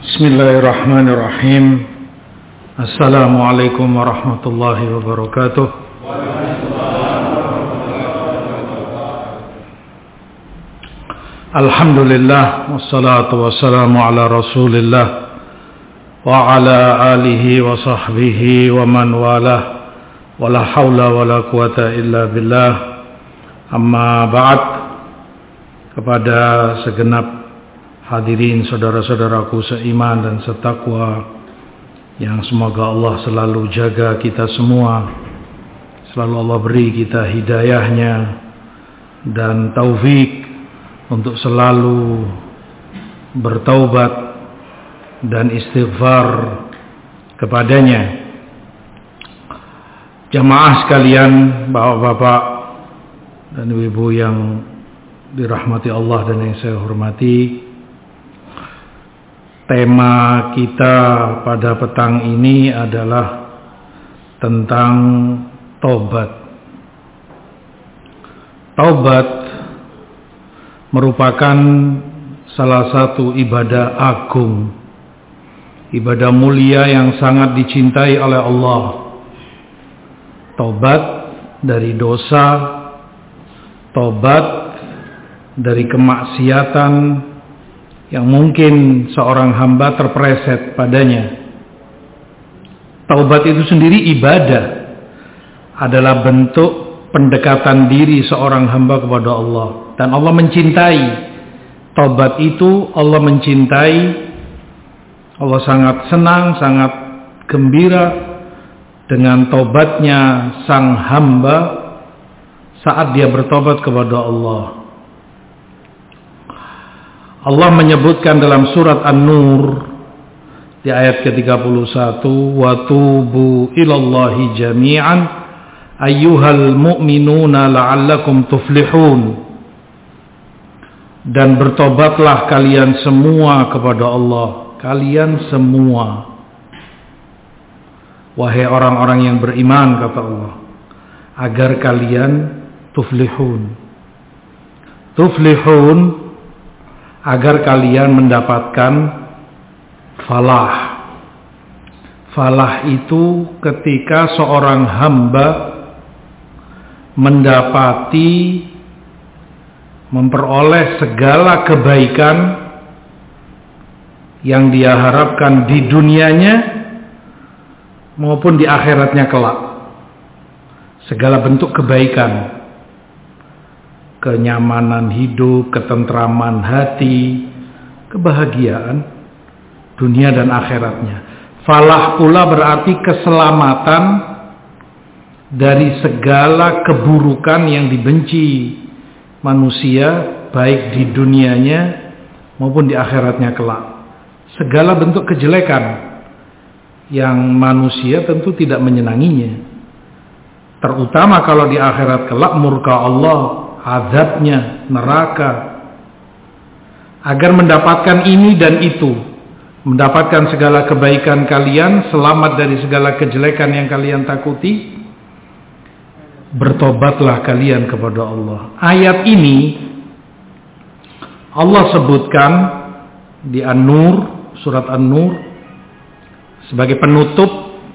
Bismillahirrahmanirrahim. Assalamualaikum warahmatullahi wabarakatuh. Alhamdulillah wassalatu wassalamu ala Rasulillah wa ala alihi wa sahbihi wa man walah. Wala haula wala quwata illa billah. Amma ba'd. Kepada segenap hadirin saudara-saudaraku seiman dan setakwa yang semoga Allah selalu jaga kita semua, selalu Allah beri kita hidayahnya dan taufik untuk selalu bertaubat dan istighfar kepadanya. Jamaah sekalian, bapak-bapak dan ibu-ibu yang dirahmati Allah dan yang saya hormati, tema kita pada petang ini adalah tentang taubat. Taubat merupakan salah satu ibadah agung, ibadah mulia yang sangat dicintai oleh Allah. Taubat dari dosa, taubat dari kemaksiatan yang mungkin seorang hamba terpreset padanya. Taubat itu sendiri ibadah, adalah bentuk pendekatan diri seorang hamba kepada Allah. Dan Allah mencintai taubat itu, Allah mencintai, Allah sangat senang, sangat gembira dengan taubatnya sang hamba saat dia bertobat kepada Allah. Allah menyebutkan dalam surat An-Nur di ayat ke-31, wa tubu ilallahi jami'an ayyuhal mu'minuna la'allakum tuflihun. Dan bertobatlah kalian semua kepada Allah, kalian semua, wahai orang-orang yang beriman, kata Allah, agar kalian tuflihun. Tuflihun, agar kalian mendapatkan falah. Falah itu ketika seorang hamba mendapati, memperoleh segala kebaikan yang dia harapkan di dunianya maupun di akhiratnya kelak. Segala bentuk kebaikan, kenyamanan hidup, ketentraman hati, kebahagiaan dunia dan akhiratnya. Falah pula berarti keselamatan dari segala keburukan yang dibenci manusia, baik di dunianya maupun di akhiratnya kelak. Segala bentuk kejelekan yang manusia tentu tidak menyenanginya, terutama kalau di akhirat kelak murka Allah, azabnya, neraka. Agar mendapatkan ini dan itu, mendapatkan segala kebaikan kalian, selamat dari segala kejelekan yang kalian takuti, bertobatlah kalian kepada Allah. Ayat ini Allah sebutkan di An-Nur, surat An-Nur, sebagai penutup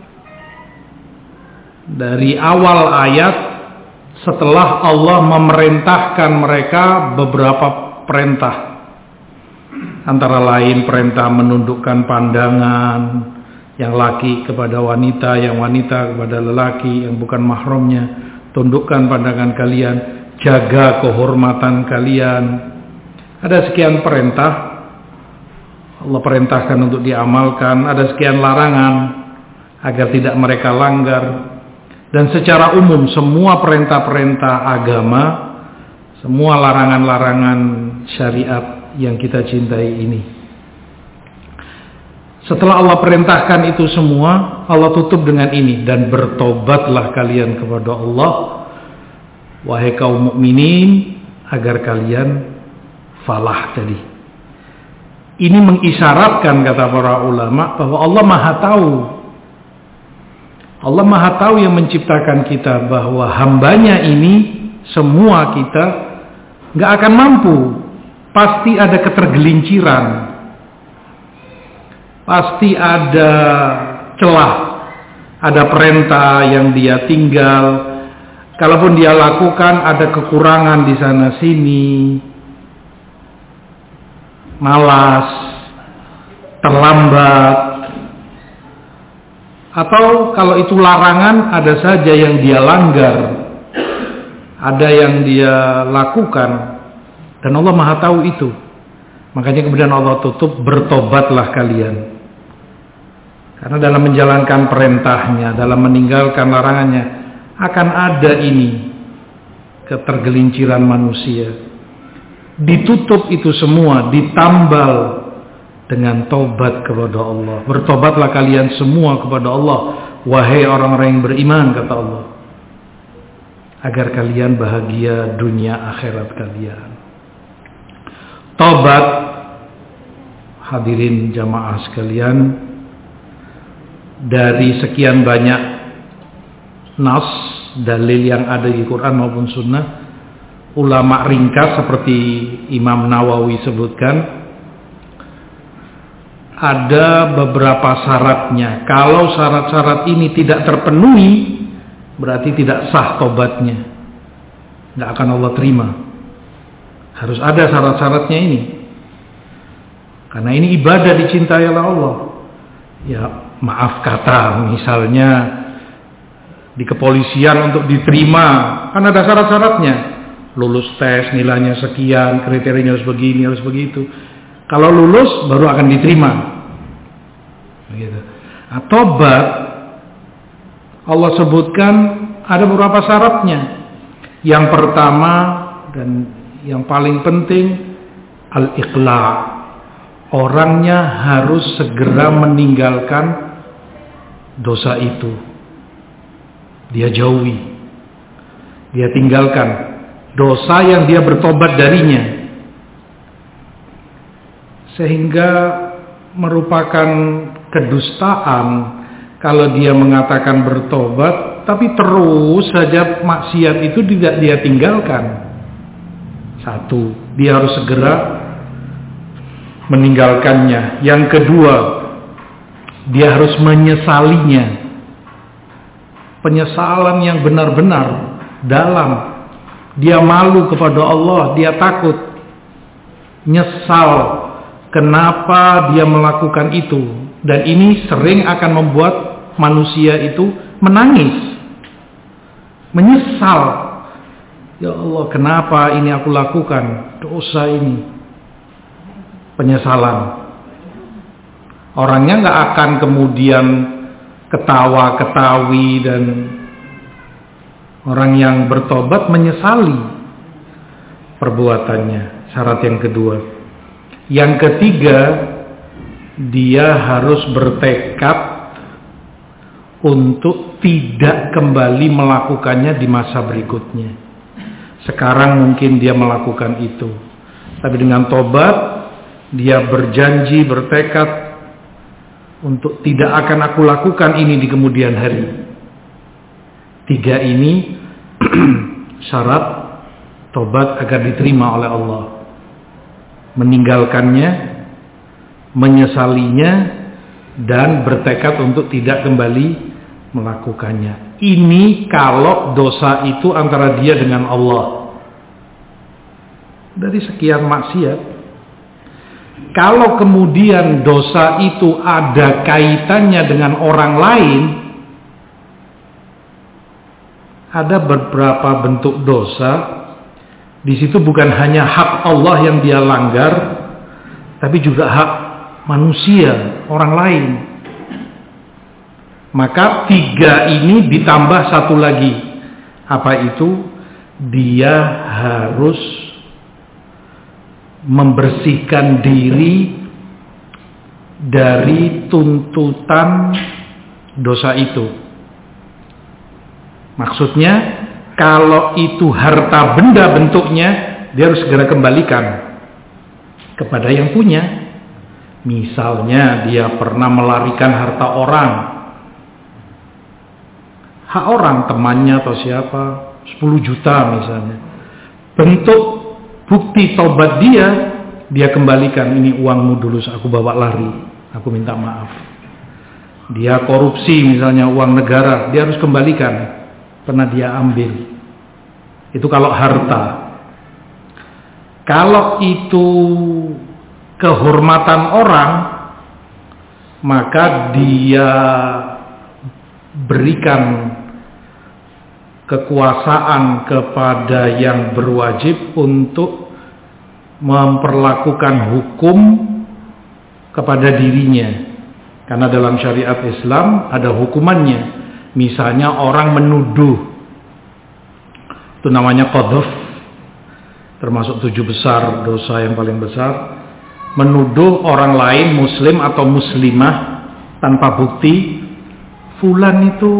dari awal ayat. Setelah Allah memerintahkan mereka beberapa perintah, antara lain perintah menundukkan pandangan, yang laki kepada wanita, yang wanita kepada lelaki yang bukan mahramnya. Tundukkan pandangan kalian, jaga kehormatan kalian. Ada sekian perintah Allah perintahkan untuk diamalkan, ada sekian larangan agar tidak mereka langgar. Dan secara umum semua perintah-perintah agama, semua larangan-larangan syariat yang kita cintai ini, setelah Allah perintahkan itu semua, Allah tutup dengan ini, dan bertobatlah kalian kepada Allah, wahai kaum mukminin, agar kalian falah tadi. Ini mengisyaratkan, kata para ulama, bahwa Allah Maha Tahu. Allah Maha Tahu yang menciptakan kita, bahwa hambanya ini, semua kita gak akan mampu. Pasti ada ketergelinciran. pasti ada celah, ada perintah yang dia tinggal. Kalaupun dia lakukan ada kekurangan di sana sini, malas, terlambat, atau kalau itu larangan ada saja yang dia langgar, ada yang dia lakukan, dan Allah Maha tahu itu. Makanya kemudian Allah tutup, bertobatlah kalian. Karena dalam menjalankan perintahnya, dalam meninggalkan larangannya, akan ada ini ketergelinciran manusia. Ditutup itu semua, ditambal dengan taubat kepada Allah. Bertobatlah kalian semua kepada Allah, wahai orang-orang yang beriman, kata Allah, agar kalian bahagia dunia akhirat kalian. Taubat, hadirin jamaah sekalian, dari sekian banyak nas, dalil yang ada di Quran maupun Sunnah, ulama ringkas seperti Imam Nawawi sebutkan, ada beberapa syaratnya. Kalau syarat-syarat ini tidak terpenuhi, berarti tidak sah tobatnya, nggak akan Allah terima. Harus ada syarat-syaratnya ini, karena ini ibadah dicintai oleh Allah. Ya maaf kata, misalnya di kepolisian untuk diterima kan ada syarat-syaratnya, lulus tes nilainya sekian, kriterianya harus begini, harus begitu. Kalau lulus baru akan diterima. Begitu. Nah, tobat Allah sebutkan ada beberapa syaratnya. Yang pertama dan yang paling penting, al-iqla'. Orangnya harus segera meninggalkan dosa itu. Dia jauhi, dia tinggalkan dosa yang dia bertobat darinya, sehingga merupakan kedustaan kalau dia mengatakan bertobat tapi terus saja maksiat itu tidak dia tinggalkan. Satu, dia harus segera meninggalkannya. Yang kedua, dia harus menyesalinya. Penyesalan yang benar-benar dalam. Dia malu kepada Allah, dia takut, nyesal kenapa dia melakukan itu. Dan ini sering akan membuat manusia itu menangis, menyesal. Ya Allah, kenapa ini aku lakukan dosa ini? Penyesalan. Orangnya nggak akan kemudian ketawa-ketawi, dan orang yang bertobat menyesali perbuatannya. Syarat yang kedua. Yang ketiga, dia harus bertekad untuk tidak kembali melakukannya di masa berikutnya. Sekarang mungkin dia melakukan itu, tapi dengan tobat dia berjanji, bertekad untuk tidak akan aku lakukan ini di kemudian hari. Tiga ini syarat tobat agar diterima oleh Allah. Meninggalkannya, menyesalinya, dan bertekad untuk tidak kembali melakukannya. Ini kalau dosa itu antara dia dengan Allah. Dari sekian maksiat, kalau kemudian dosa itu ada kaitannya dengan orang lain, ada beberapa bentuk dosa. Di situ bukan hanya hak Allah yang dia langgar, tapi juga hak manusia, orang lain. Maka tiga ini ditambah satu lagi. Apa itu? Dia harus membersihkan diri dari tuntutan dosa itu. Maksudnya, kalau itu harta benda bentuknya, dia harus segera kembalikan kepada yang punya. Misalnya dia pernah melarikan harta orang, hak orang, temannya atau siapa, 10 juta misalnya. Bentuk bukti tobat dia kembalikan, ini uangmu dulu aku bawa lari. aku minta maaf. Dia korupsi misalnya uang negara, dia harus kembalikan, pernah dia ambil. Itu kalau harta. Kalau itu kehormatan orang, maka dia berikan kekuasaan kepada yang berwajib untuk memperlakukan hukum kepada dirinya. Karena dalam syariat Islam ada hukumannya. Misalnya orang menuduh, itu namanya qadhaf, termasuk 7 besar dosa yang paling besar. Menuduh orang lain muslim atau muslimah tanpa bukti, fulan itu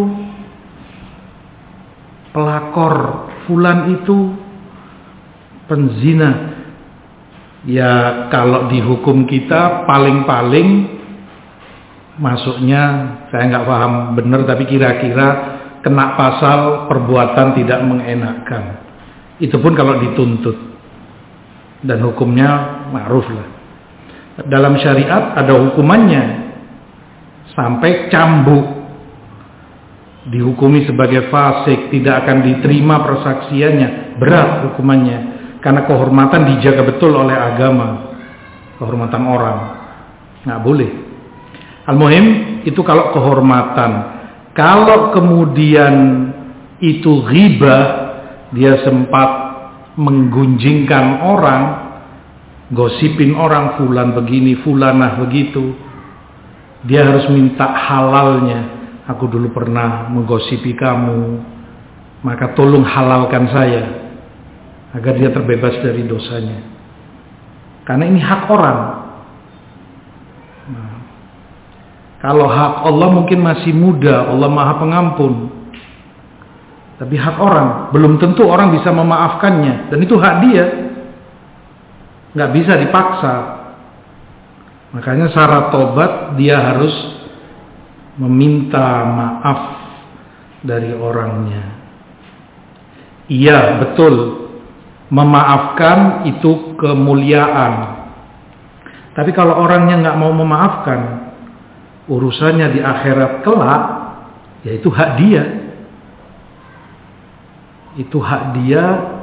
pelakor, fulan itu penzina. Ya kalau dihukum kita paling-paling masuknya, saya nggak paham benar, tapi kira-kira kena pasal perbuatan tidak mengenakkan. Itu pun kalau dituntut, dan hukumnya ma'ruf lah. Dalam syariat ada hukumannya, sampai cambuk, dihukumi sebagai fasik, tidak akan diterima persaksiannya, berat hukumannya, karena kehormatan dijaga betul oleh agama, kehormatan orang, nggak boleh. Al-muhim itu kalau kehormatan. Kalau kemudian itu ghibah, dia sempat menggunjingkan orang, gosipin orang, fulan begini, fulanah begitu, dia harus minta halalnya. Aku dulu pernah menggosipi kamu, maka tolong halalkan saya, agar dia terbebas dari dosanya. Karena ini hak orang. Kalau hak Allah mungkin masih muda, Allah Maha Pengampun. Tapi hak orang, belum tentu orang bisa memaafkannya. Dan itu hak dia, nggak bisa dipaksa. Makanya syarat tobat, dia harus meminta maaf dari orangnya. Iya, betul, memaafkan itu kemuliaan. Tapi kalau orangnya nggak mau memaafkan, urusannya di akhirat kelak, yaitu hak dia. Itu hak dia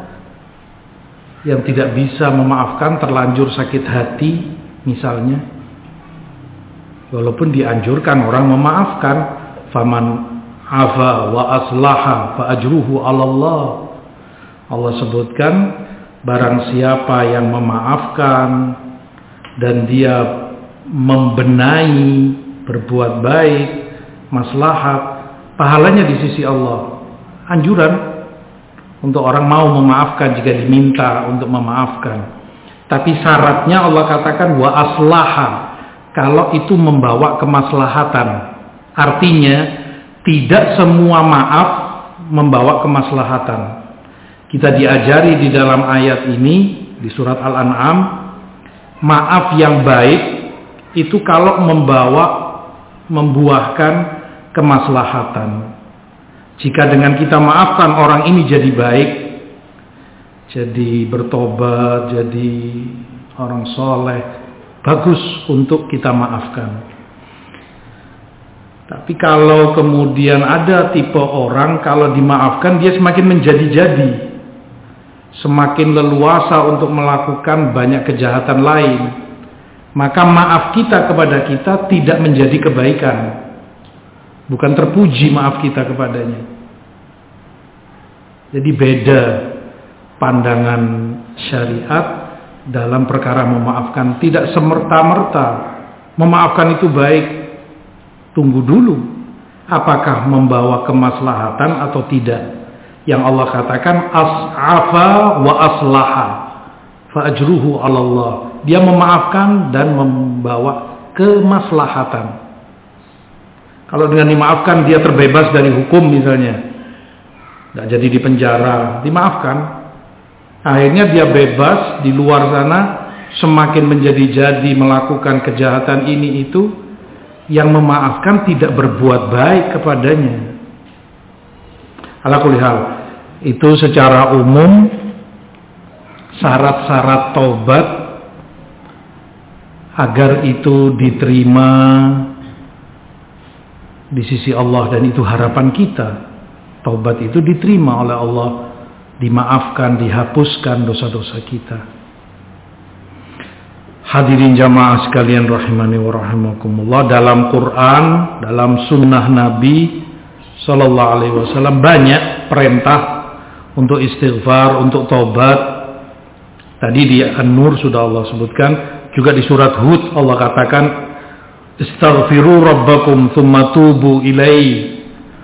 yang tidak bisa memaafkan, terlanjur sakit hati misalnya. Walaupun dianjurkan orang memaafkan, faman afa wa aslaha fa ajruhu 'ala Allah. Allah sebutkan, barang siapa yang memaafkan dan dia membenahi, berbuat baik, maslahat, pahalanya di sisi Allah. Anjuran untuk orang mau memaafkan jika diminta untuk memaafkan. Tapi syaratnya Allah katakan wa aslaha, kalau itu membawa kemaslahatan. Artinya tidak semua maaf membawa kemaslahatan. Kita diajari di dalam ayat ini di surat Al-An'am, maaf yang baik itu kalau membuahkan kemaslahatan. Jika dengan kita maafkan orang ini jadi baik, jadi bertobat, jadi orang soleh, bagus untuk kita maafkan. Tapi kalau kemudian ada tipe orang, kalau dimaafkan dia semakin menjadi-jadi, semakin leluasa untuk melakukan banyak kejahatan lain, maka maaf kita kepada kita tidak menjadi kebaikan. Bukan terpuji maaf kita kepadanya. Jadi beda pandangan syariat dalam perkara memaafkan. Tidak semerta-merta memaafkan itu baik. Tunggu dulu, apakah membawa kemaslahatan atau tidak. Yang Allah katakan as'afa wa aslaha fa ajruhu 'ala Allah. Dia memaafkan dan membawa kemaslahatan. Kalau dengan dimaafkan dia terbebas dari hukum misalnya, tidak jadi di penjara, dimaafkan. Akhirnya dia bebas di luar sana, semakin menjadi-jadi melakukan kejahatan ini itu, yang memaafkan tidak berbuat baik kepadanya. Ala kulli hal, itu secara umum syarat-syarat taubat agar itu diterima di sisi Allah, dan itu harapan kita. Taubat itu diterima oleh Allah, dimaafkan, dihapuskan dosa-dosa kita. Hadirin jamaah sekalian rahimani wa rahimakumullah, dalam Quran, dalam sunnah Nabi sallallahu alaihi wasallam banyak perintah untuk istighfar, untuk taubat. Tadi di An-Nur sudah Allah sebutkan, juga di surat Hud Allah katakan, istaghfiru rabbakum thumma tubu ilaihi.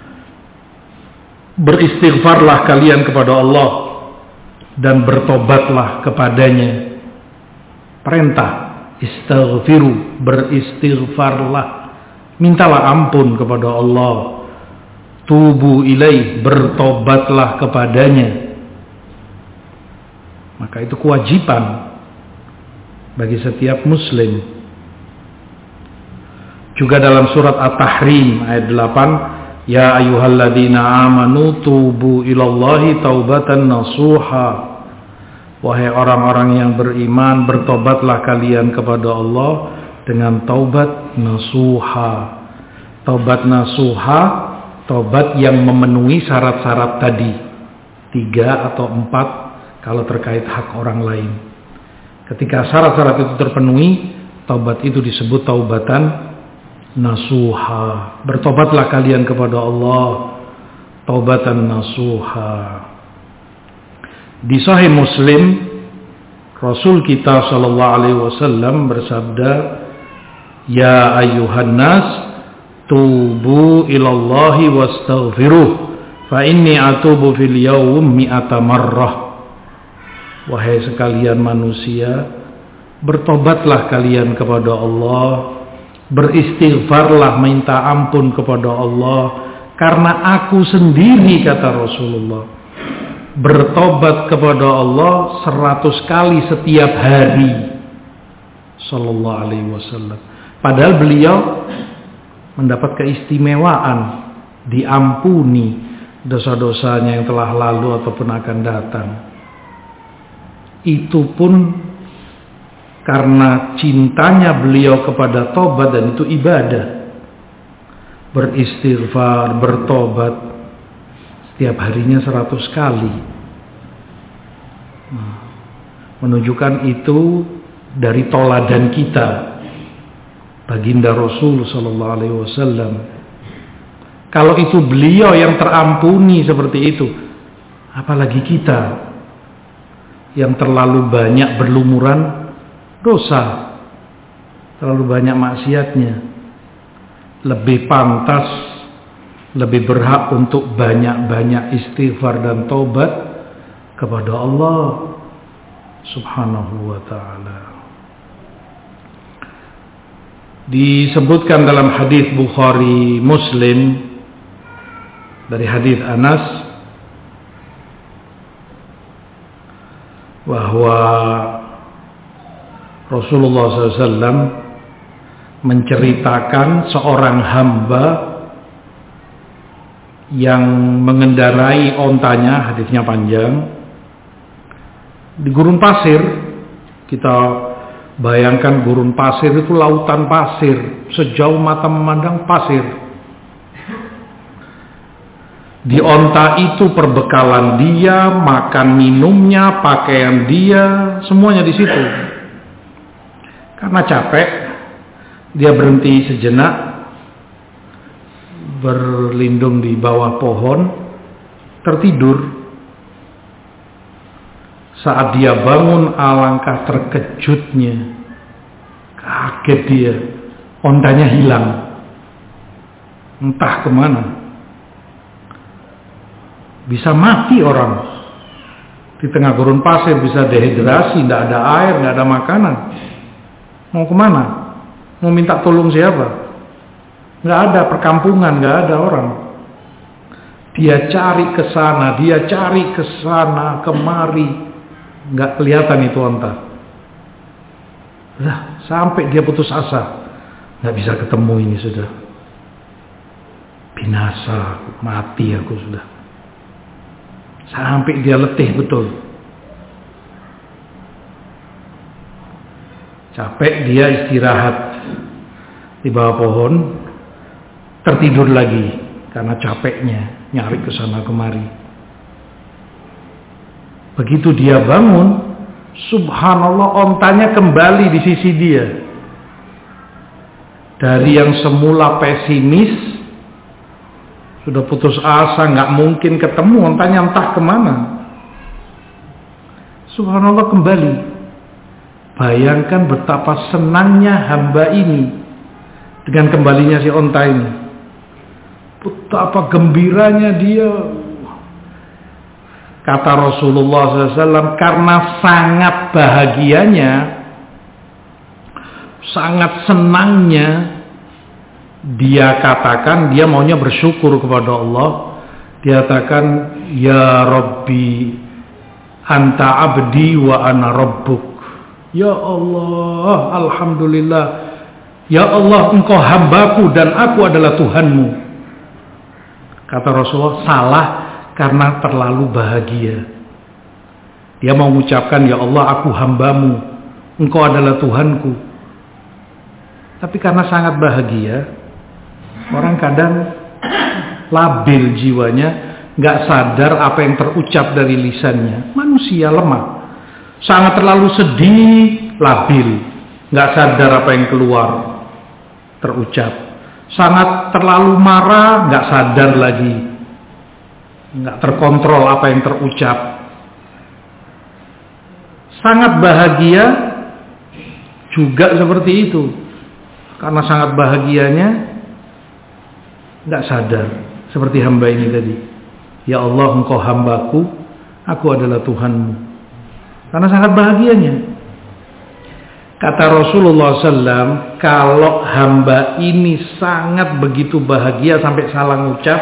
Beristighfarlah kalian kepada Allah dan bertobatlah kepadanya. Perintah istaghfiru, beristighfarlah, mintalah ampun kepada Allah. Tubu ilaihi, bertobatlah kepadanya. Maka itu kewajiban bagi setiap muslim. Juga dalam surat At-Tahrim ayat 8, ya ayyuhalladzina amanu tubu ilallahi taubatan nasuha. Wahai orang-orang yang beriman, bertobatlah kalian kepada Allah dengan taubat nasuha. Taubat nasuha, taubat yang memenuhi syarat-syarat tadi, 3 atau 4 kalau terkait hak orang lain. Ketika syarat-syarat itu terpenuhi, taubat itu disebut taubatan nasuha. Bertobatlah kalian kepada Allah taubatan nasuha. Di Sahih Muslim, Rasul kita sallallahu alaihi wasallam bersabda, ya ayyuhan nas tubu ilallahi wastaghfiruh fa inni atubu fil yawm mi'ata marrah. Wahai sekalian manusia, bertobatlah kalian kepada Allah, beristighfarlah, minta ampun kepada Allah, karena aku sendiri, kata Rasulullah, bertobat kepada Allah 100 kali setiap hari, sallallahu alaihi wasallam. Padahal beliau mendapat keistimewaan, diampuni dosa-dosanya yang telah lalu ataupun akan datang. Itu pun karena cintanya beliau kepada tobat, dan itu ibadah. Beristighfar, bertobat setiap harinya 100 kali. Menunjukkan itu dari toladan kita, baginda Rasul sallallahu alaihi wasallam. Kalau itu beliau yang terampuni seperti itu, apalagi kita yang terlalu banyak berlumuran dosa, terlalu banyak maksiatnya. Lebih pantas, lebih berhak untuk banyak-banyak istighfar dan taubat kepada Allah subhanahu wa ta'ala. Disebutkan dalam hadis Bukhari Muslim dari hadis Anas bahwa Rasulullah SAW menceritakan seorang hamba yang mengendarai ontanya, hadisnya panjang, di gurun pasir. Kita bayangkan gurun pasir itu lautan pasir, sejauh mata memandang pasir. Di onta itu perbekalan dia, makan minumnya, pakaian dia, semuanya di situ. Karena capek, dia berhenti sejenak, berlindung di bawah pohon, tertidur. Saat dia bangun, alangkah terkejutnya, kaget dia, ontanya hilang, entah kemana. Bisa mati orang di tengah gurun pasir, bisa dehidrasi, tidak ada air, tidak ada makanan. Mau kemana? Mau minta tolong siapa? Nggak ada perkampungan, nggak ada orang. Dia cari ke sana, dia cari ke sana, kemari, nggak kelihatan itu onta. Sampai dia putus asa, nggak bisa ketemu ini, sudah binasa, mati aku sudah. Sampai dia letih betul. Capek, dia istirahat di bawah pohon, tertidur lagi karena capeknya nyari ke sana kemari. Begitu dia bangun, subhanallah, ontanya kembali di sisi dia. Dari yang semula pesimis, sudah putus asa, nggak mungkin ketemu, ontanya entah kemana. Subhanallah, kembali. Bayangkan betapa senangnya hamba ini dengan kembalinya si onta ini. Betapa gembiranya dia. Kata Rasulullah SAW, karena sangat bahagianya, sangat senangnya, dia katakan, dia maunya bersyukur kepada Allah. Dia katakan, ya Rabbi, anta abdi wa ana rabbuk. Ya Allah, alhamdulillah. Ya Allah, engkau hambaku dan aku adalah Tuhanmu. Kata Rasulullah, salah karena terlalu bahagia. Dia mau mengucapkan, ya Allah, aku hambamu, engkau adalah Tuhanku. Tapi karena sangat bahagia, orang kadang labil jiwanya, gak sadar apa yang terucap dari lisannya. Manusia lemah. Sangat terlalu sedih, labil, gak sadar apa yang keluar, terucap. Sangat terlalu marah, gak sadar lagi, gak terkontrol apa yang terucap. Sangat bahagia juga seperti itu. Karena sangat bahagianya, gak sadar. Seperti hamba ini tadi. Ya Allah, engkau hambaku, aku adalah Tuhanmu. Karena sangat bahagianya. Kata Rasulullah SAW, kalau hamba ini sangat begitu bahagia sampai salah ngucap,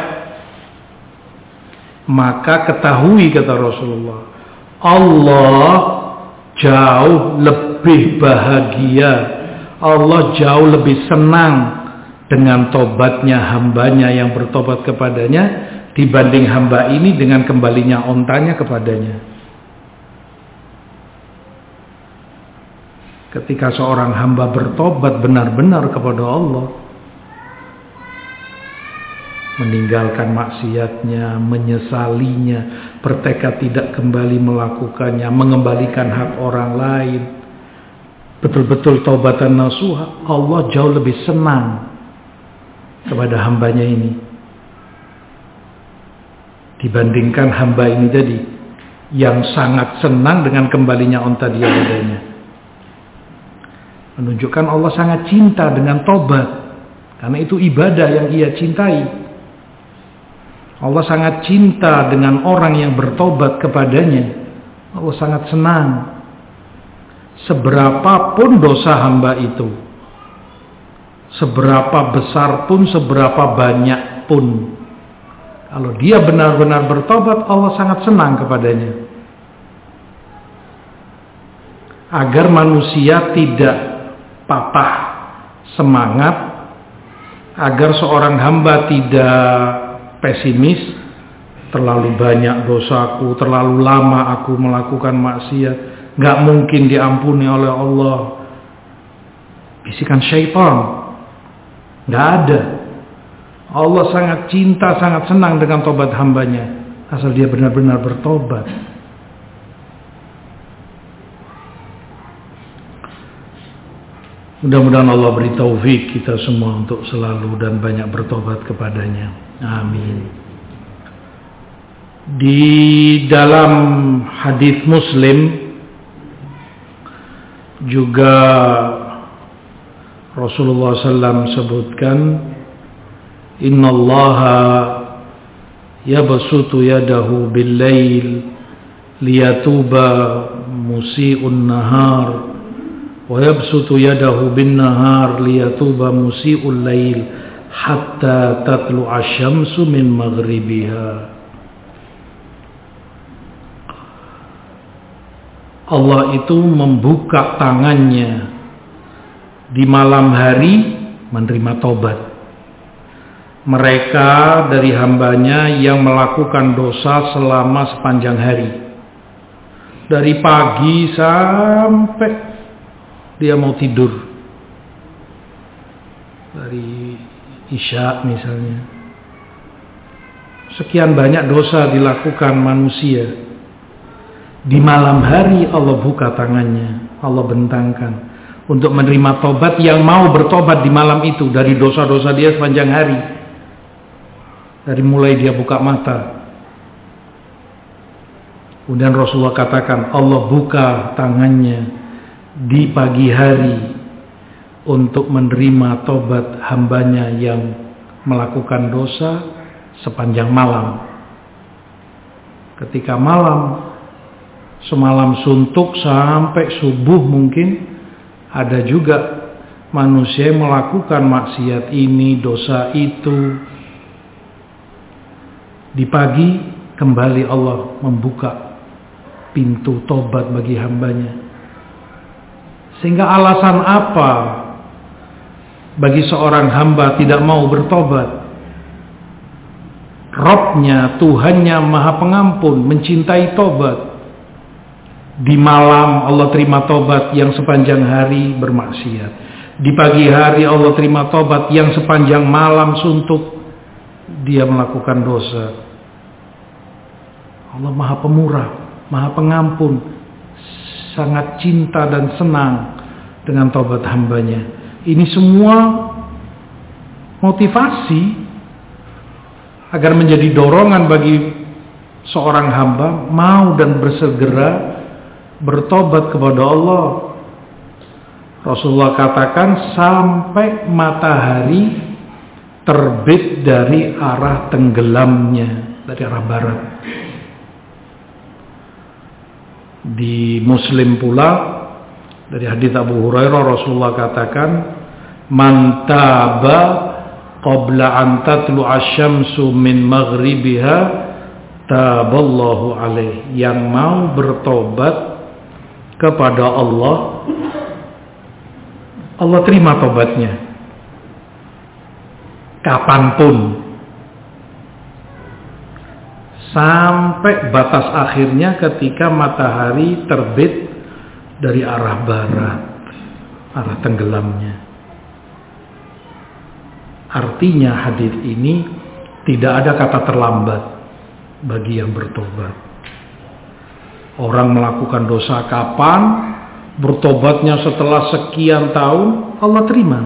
maka ketahui, kata Rasulullah, Allah jauh lebih bahagia, Allah jauh lebih senang dengan tobatnya hambanya yang bertobat kepadanya dibanding hamba ini dengan kembalinya ontanya kepadanya. Ketika seorang hamba bertobat benar-benar kepada Allah, meninggalkan maksiatnya, menyesalinya, bertekad tidak kembali melakukannya, mengembalikan hak orang lain, betul-betul taubatan nasuha, Allah jauh lebih senang kepada hambanya ini dibandingkan hamba ini tadi yang sangat senang dengan kembalinya onta dia padanya. Menunjukkan Allah sangat cinta dengan tobat, karena itu ibadah yang ia cintai. Allah sangat cinta dengan orang yang bertobat kepadanya. Allah sangat senang. Seberapapun dosa hamba itu, seberapa besar pun, seberapa banyak pun, kalau dia benar-benar bertobat, Allah sangat senang kepadanya. Agar manusia tidak patah semangat, agar seorang hamba tidak pesimis, terlalu banyak dosaku, terlalu lama aku melakukan maksiat, gak mungkin diampuni oleh Allah. Bisikan syaitan, gak ada. Allah sangat cinta, sangat senang dengan tobat hambanya, asal dia benar-benar bertobat. Mudah-mudahan Allah beri taufik kita semua untuk selalu dan banyak bertobat kepadanya. Amin. Di dalam hadis Muslim juga Rasulullah SAW sebutkan, Innallaha yabsutu yadahu bil-lail liyatuba musii'un nahar wa yabsutu yadahu bin-nahar liyatuba musii'ul lail hatta tatlu'a asy-syamsu min maghribiha. Allah itu membuka tangannya di malam hari menerima tobat mereka dari hambanya yang melakukan dosa selama sepanjang hari, dari pagi sampai dia mau tidur dari Isya misalnya. Sekian banyak dosa dilakukan manusia. Di malam hari Allah buka tangannya, Allah bentangkan untuk menerima tobat yang mau bertobat di malam itu dari dosa-dosa dia sepanjang hari. Dari mulai dia buka mata. Kemudian Rasulullah katakan Allah buka tangannya di pagi hari untuk menerima tobat hambanya yang melakukan dosa sepanjang malam. Ketika malam, semalam suntuk sampai subuh mungkin, ada juga manusia yang melakukan maksiat ini, dosa itu. Di pagi kembali Allah membuka pintu tobat bagi hambanya. Sehingga alasan apa bagi seorang hamba tidak mau bertobat? Robnya, Tuhannya Maha Pengampun, mencintai tobat. Di malam Allah terima tobat yang sepanjang hari bermaksiat. Di pagi hari Allah terima tobat yang sepanjang malam suntuk dia melakukan dosa. Allah Maha Pemurah, Maha Pengampun, sangat cinta dan senang dengan tobat hambanya. Ini semua motivasi agar menjadi dorongan bagi seorang hamba mau dan bersegera bertobat kepada Allah. Rasulullah katakan sampai matahari terbit dari arah tenggelamnya, dari arah barat. Di Muslim pula dari hadits Abu Hurairah Rasulullah katakan man taba qabla an tatlu asy-syamsu min maghribiha taballahu alaih. Yang mau bertobat kepada Allah, Allah terima tobatnya kapanpun sampai batas akhirnya ketika matahari terbit dari arah barat, arah tenggelamnya. Artinya hadis ini tidak ada kata terlambat bagi yang bertobat. Orang melakukan dosa kapan, bertobatnya setelah sekian tahun, Allah terima.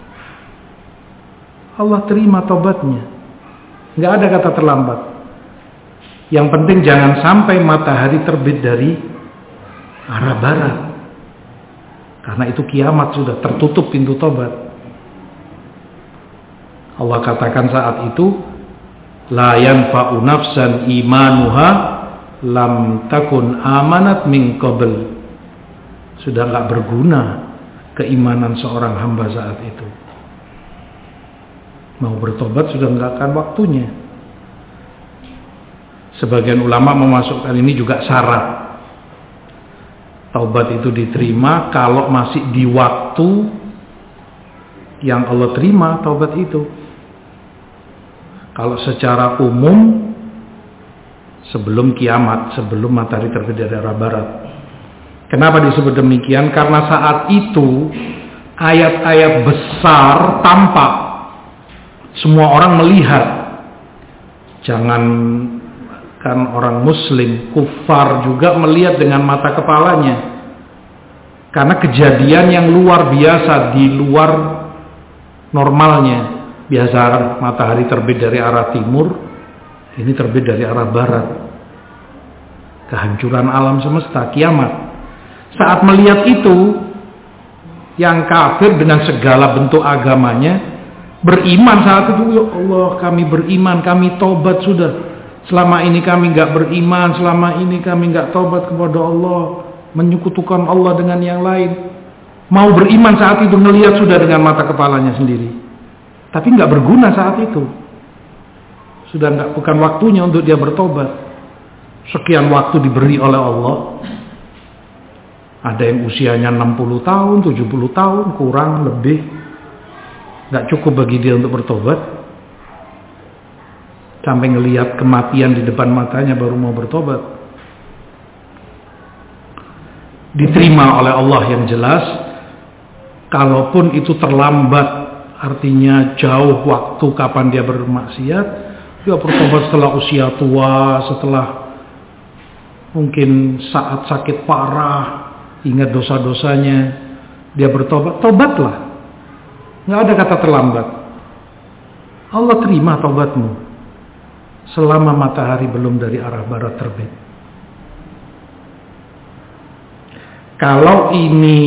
Allah terima tobatnya. Nggak ada kata terlambat. Yang penting jangan sampai matahari terbit dari arah barat. Karena itu kiamat, sudah tertutup pintu tobat. Allah katakan saat itu, la yanfa'u nafsan imanuha lam takun amanat min qabl. Sudah enggak berguna keimanan seorang hamba saat itu. Mau bertobat sudah enggak akan waktunya. Sebagian ulama memasukkan ini juga syarat. Taubat itu diterima kalau masih di waktu yang Allah terima taubat itu. Kalau secara umum sebelum kiamat, sebelum matahari terbit dari arah barat. Kenapa disebut demikian? Karena saat itu ayat-ayat besar tampak. Semua orang melihat. Jangan kan orang muslim, kufar juga melihat dengan mata kepalanya. Karena kejadian yang luar biasa, di luar normalnya. Biasa matahari terbit dari arah timur, ini terbit dari arah barat. Kehancuran alam semesta, kiamat. Saat melihat itu, yang kafir dengan segala bentuk agamanya beriman saat itu. Ya Allah, kami beriman, kami tobat sudah. Selama ini kami gak beriman, selama ini kami gak tobat kepada Allah, menyekutukan Allah dengan yang lain. Mau beriman saat itu, melihat sudah dengan mata kepalanya sendiri. Tapi gak berguna saat itu. Sudah bukan waktunya untuk dia bertobat. Sekian waktu diberi oleh Allah. Ada yang usianya 60 tahun, 70 tahun, kurang, lebih. Gak cukup bagi dia untuk bertobat. Sampai ngelihat kematian di depan matanya baru mau bertobat. Diterima oleh Allah yang jelas. kalaupun itu terlambat, artinya jauh waktu kapan dia bermaksiat, dia bertobat setelah usia tua, setelah mungkin saat sakit parah, ingat dosa-dosanya, dia bertobat, tobatlah. Nggak ada kata terlambat. Allah terima tobatmu selama matahari belum dari arah barat terbit. Kalau ini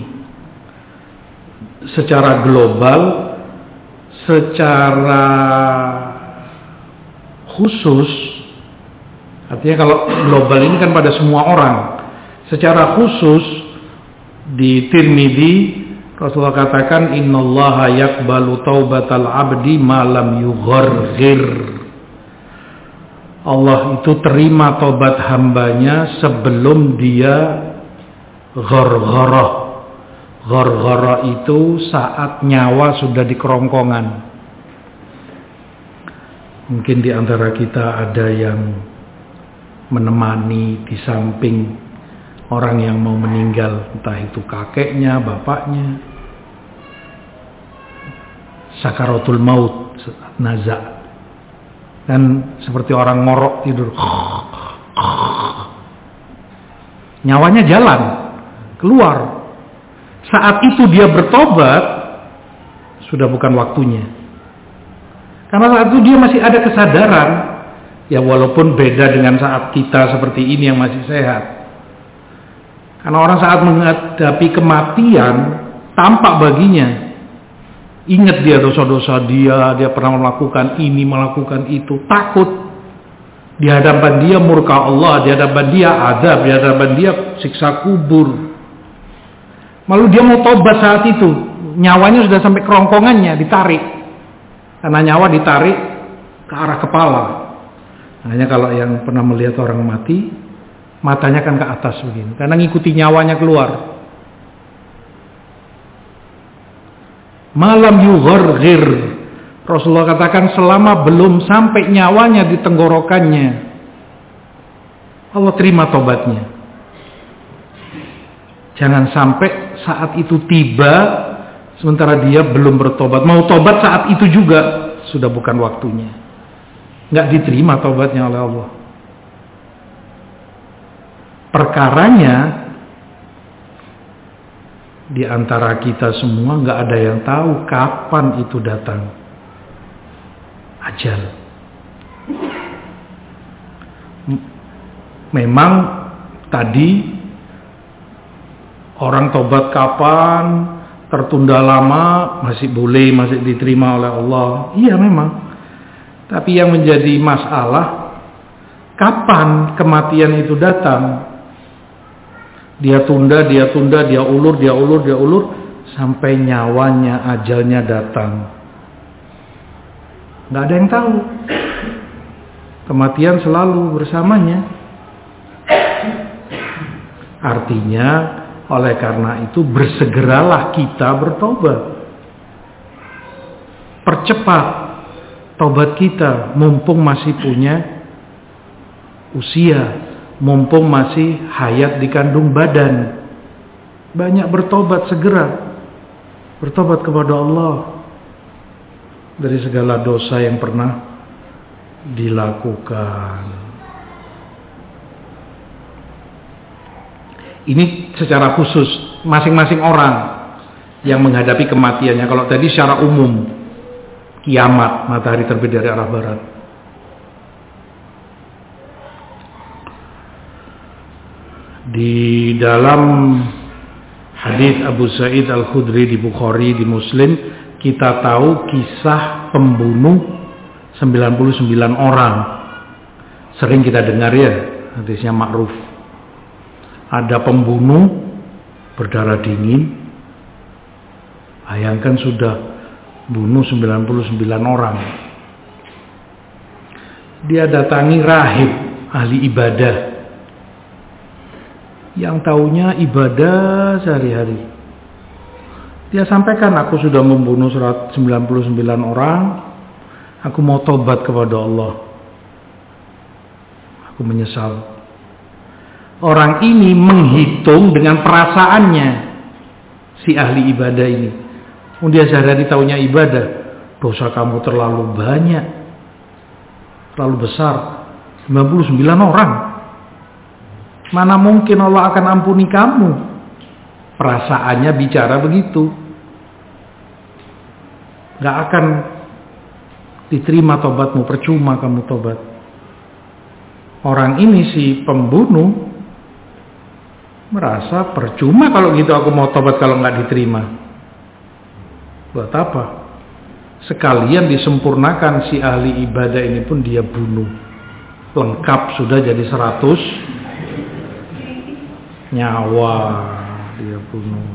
secara global, secara khusus, artinya kalau global ini kan pada semua orang. Secara khusus di Tirmidzi Rasulullah katakan, innallaha yaqbalu taubatal abdi ma lam yugharghir. Allah itu terima tobat hambanya sebelum dia ghargharah. Ghargharah itu saat nyawa sudah di kerongkongan. Mungkin di antara kita ada yang menemani di samping orang yang mau meninggal, entah itu kakeknya, bapaknya. Sakaratul maut, naza. Dan seperti orang ngorok tidur. Nyawanya jalan, keluar. Saat itu dia bertobat, sudah bukan waktunya. Karena saat itu dia masih ada kesadaran. Ya walaupun beda dengan saat kita seperti ini yang masih sehat. Karena orang saat menghadapi kematian, tampak baginya. Ingat dia dosa-dosa dia pernah melakukan ini, melakukan itu. Takut. Di hadapan dia murka Allah, di hadapan dia azab, di hadapan dia siksa kubur. Malu dia mau tobat saat itu. Nyawanya sudah sampai kerongkongannya, ditarik. Karena nyawa ditarik ke arah kepala. Hanya kalau yang pernah melihat orang mati, matanya kan ke atas begini, karena ngikuti nyawanya keluar. Malam yugharghir, Rasulullah katakan selama belum sampai nyawanya di tenggorokannya, Allah terima tobatnya. Jangan sampai saat itu tiba sementara dia belum bertobat, mau tobat saat itu juga sudah bukan waktunya, nggak diterima tobatnya oleh Allah. Perkaranya di antara kita semua nggak ada yang tahu kapan itu datang ajal. Memang tadi orang tobat kapan, tertunda lama, masih boleh, masih diterima oleh Allah. Iya memang. Tapi yang menjadi masalah, kapan kematian itu datang? Dia tunda, dia ulur, sampai nyawanya, ajalnya datang. Nggak ada yang tahu. Kematian selalu bersamanya. Artinya, oleh karena itu bersegeralah kita bertobat. Percepat tobat kita, mumpung masih punya usia. Mumpung masih hayat di kandung badan. Banyak bertobat, segera bertobat kepada Allah dari segala dosa yang pernah dilakukan. Ini secara khusus masing-masing orang yang menghadapi kematiannya. Kalau tadi secara umum, kiamat, matahari terbit dari arah barat. Di dalam hadis Abu Sa'id Al-Khudri di Bukhari, di Muslim, kita tahu kisah pembunuh 99 orang. Sering kita dengar ya, hadisnya ma'ruf. Ada pembunuh berdarah dingin. Bayangkan sudah bunuh 99 orang. Dia datangi rahib, ahli ibadah. Yang taunya ibadah sehari-hari. Dia sampaikan, aku sudah membunuh 99 orang. Aku mau tobat kepada Allah. Aku menyesal. Orang ini menghitung dengan perasaannya. si ahli ibadah ini. Dia sehari-hari taunya ibadah. Dosa kamu terlalu banyak, terlalu besar. 99 orang. Mana mungkin Allah akan ampuni kamu? Perasaannya bicara begitu. Gak akan diterima tobatmu, percuma kamu tobat. Orang ini si pembunuh merasa percuma kalau gitu aku mau tobat kalau gak diterima. Buat apa? Sekalian disempurnakan si ahli ibadah ini pun dia bunuh. Lengkap sudah jadi 100 nyawa dia bunuh.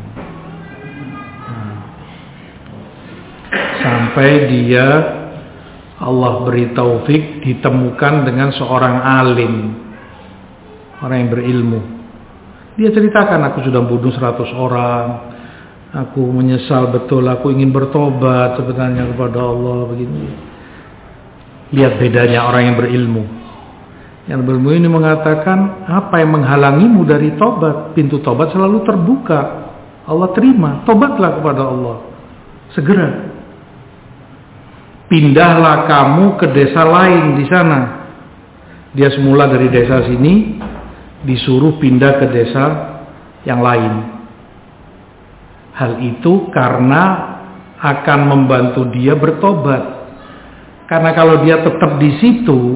Sampai dia Allah beri taufik ditemukan dengan seorang alim, orang yang berilmu. Dia ceritakan, aku sudah bunuh 100 orang, aku menyesal betul, aku ingin bertobat sebenarnya kepada Allah begini. Lihat bedanya orang yang berilmu. Yang berilmu ini mengatakan, apa yang menghalangimu dari tobat? Pintu tobat selalu terbuka. Allah terima, tobatlah kepada Allah segera. Pindahlah kamu ke desa lain di sana. Dia semula dari desa sini, disuruh pindah ke desa yang lain. Hal itu karena akan membantu dia bertobat. Karena kalau dia tetap di situ,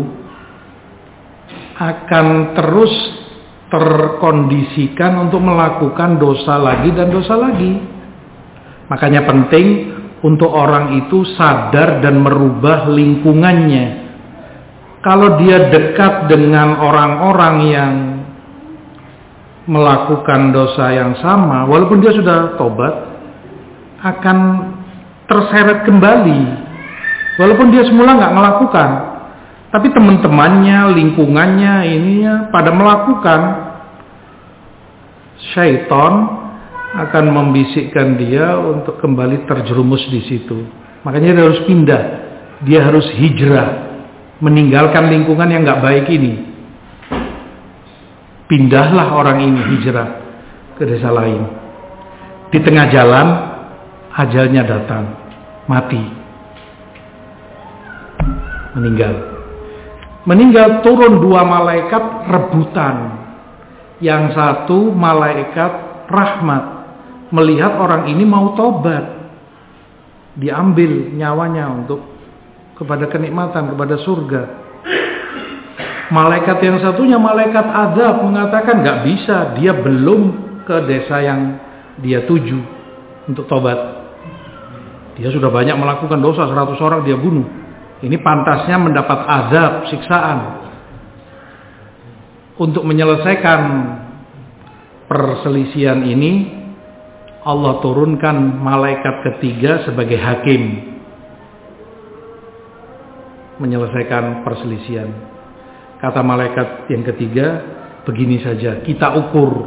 akan terus terkondisikan untuk melakukan dosa lagi dan dosa lagi. Makanya penting untuk orang itu sadar dan merubah lingkungannya. Kalau dia dekat dengan orang-orang yang melakukan dosa yang sama, walaupun dia sudah tobat, akan terseret kembali. Walaupun dia semula nggak melakukan, tapi teman-temannya, lingkungannya, ininya pada melakukan. Syaitan akan membisikkan dia untuk kembali terjerumus di situ. Makanya dia harus pindah, dia harus hijrah, meninggalkan lingkungan yang nggak baik ini. Pindahlah orang ini, hijrah ke desa lain. Di tengah jalan ajalnya datang, mati, meninggal. Turun 2 malaikat rebutan. Yang satu malaikat rahmat, melihat orang ini mau tobat, diambil nyawanya untuk kepada kenikmatan, kepada surga. Malaikat yang satunya malaikat azab mengatakan gak bisa, dia belum ke desa yang dia tuju untuk tobat. Dia sudah banyak melakukan dosa, 100 orang dia bunuh. Ini pantasnya mendapat azab, siksaan. Untuk menyelesaikan perselisihan ini, Allah turunkan malaikat ketiga sebagai hakim, menyelesaikan perselisihan. Kata malaikat yang ketiga, begini saja, kita ukur.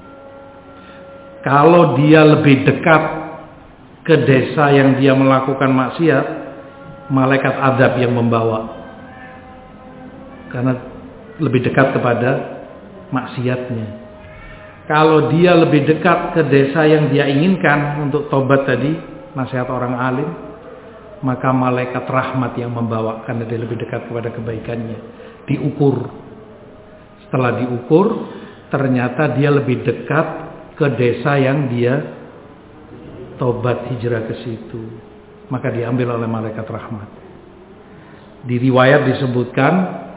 Kalau dia lebih dekat ke desa yang dia melakukan maksiat, malaikat azab yang membawa. Karena lebih dekat kepada maksiatnya. Kalau dia lebih dekat ke desa yang dia inginkan untuk tobat tadi, nasihat orang alim, maka malaikat rahmat yang membawa, karena dia lebih dekat kepada kebaikannya. Diukur. Setelah diukur, ternyata dia lebih dekat ke desa yang dia tobat hijrah ke situ. Maka diambil oleh malaikat rahmat. Di riwayat disebutkan,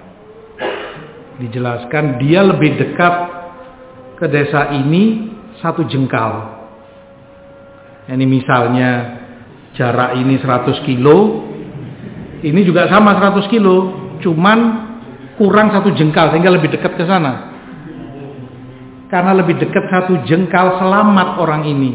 dijelaskan dia lebih dekat ke desa ini 1 jengkal. Ini misalnya jarak ini 100 kilo, ini juga sama 100 kilo, cuman kurang 1 jengkal sehingga lebih dekat ke sana. Karena lebih dekat 1 jengkal selamat orang ini.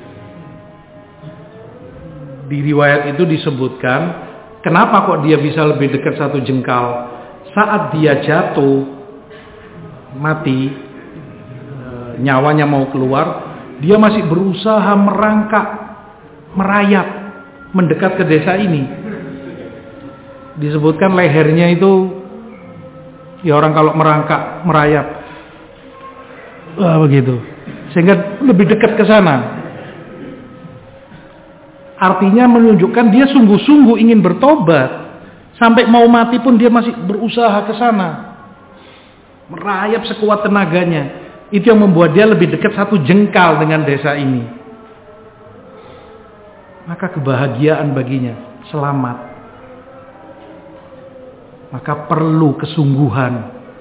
Di riwayat itu disebutkan, kenapa kok dia bisa lebih dekat 1 jengkal? Saat dia jatuh, mati, nyawanya mau keluar, dia masih berusaha merangkak, merayap, mendekat ke desa ini. Disebutkan lehernya itu, ya orang kalau merangkak, merayap, begitu, sehingga lebih dekat ke sana. Artinya menunjukkan dia sungguh-sungguh ingin bertobat. Sampai mau mati pun dia masih berusaha ke sana. Merayap sekuat tenaganya. Itu yang membuat dia lebih dekat 1 jengkal dengan desa ini. Maka kebahagiaan baginya, selamat. Maka perlu kesungguhan.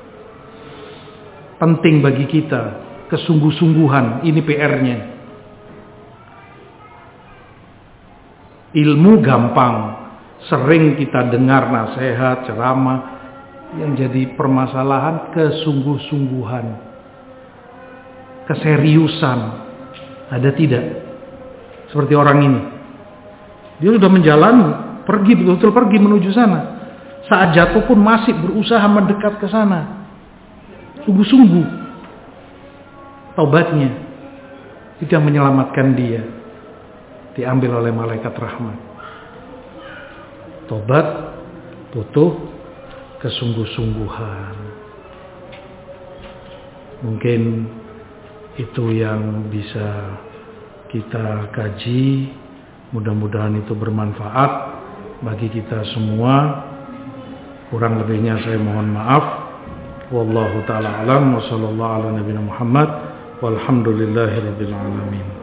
Penting bagi kita, kesungguh-sungguhan. Ini PR-nya. Ilmu gampang. Sering kita dengar nasihat, ceramah. Yang jadi permasalahan kesungguh-sungguhan. Keseriusan. Ada tidak? Seperti orang ini. Dia sudah menjalani, pergi, betul-betul pergi menuju sana. Saat jatuh pun masih berusaha mendekat ke sana. Sungguh-sungguh. Taubatnya. Itu yang menyelamatkan dia. Diambil oleh malaikat rahmat. Tobat butuh kesungguh-sungguhan. Mungkin itu yang bisa kita kaji. Mudah-mudahan itu bermanfaat bagi kita semua. Kurang lebihnya saya mohon maaf. Wallahu ta'ala alam wa sallallahu ala nabiyina Muhammad walhamdulillahi rabbil alamin.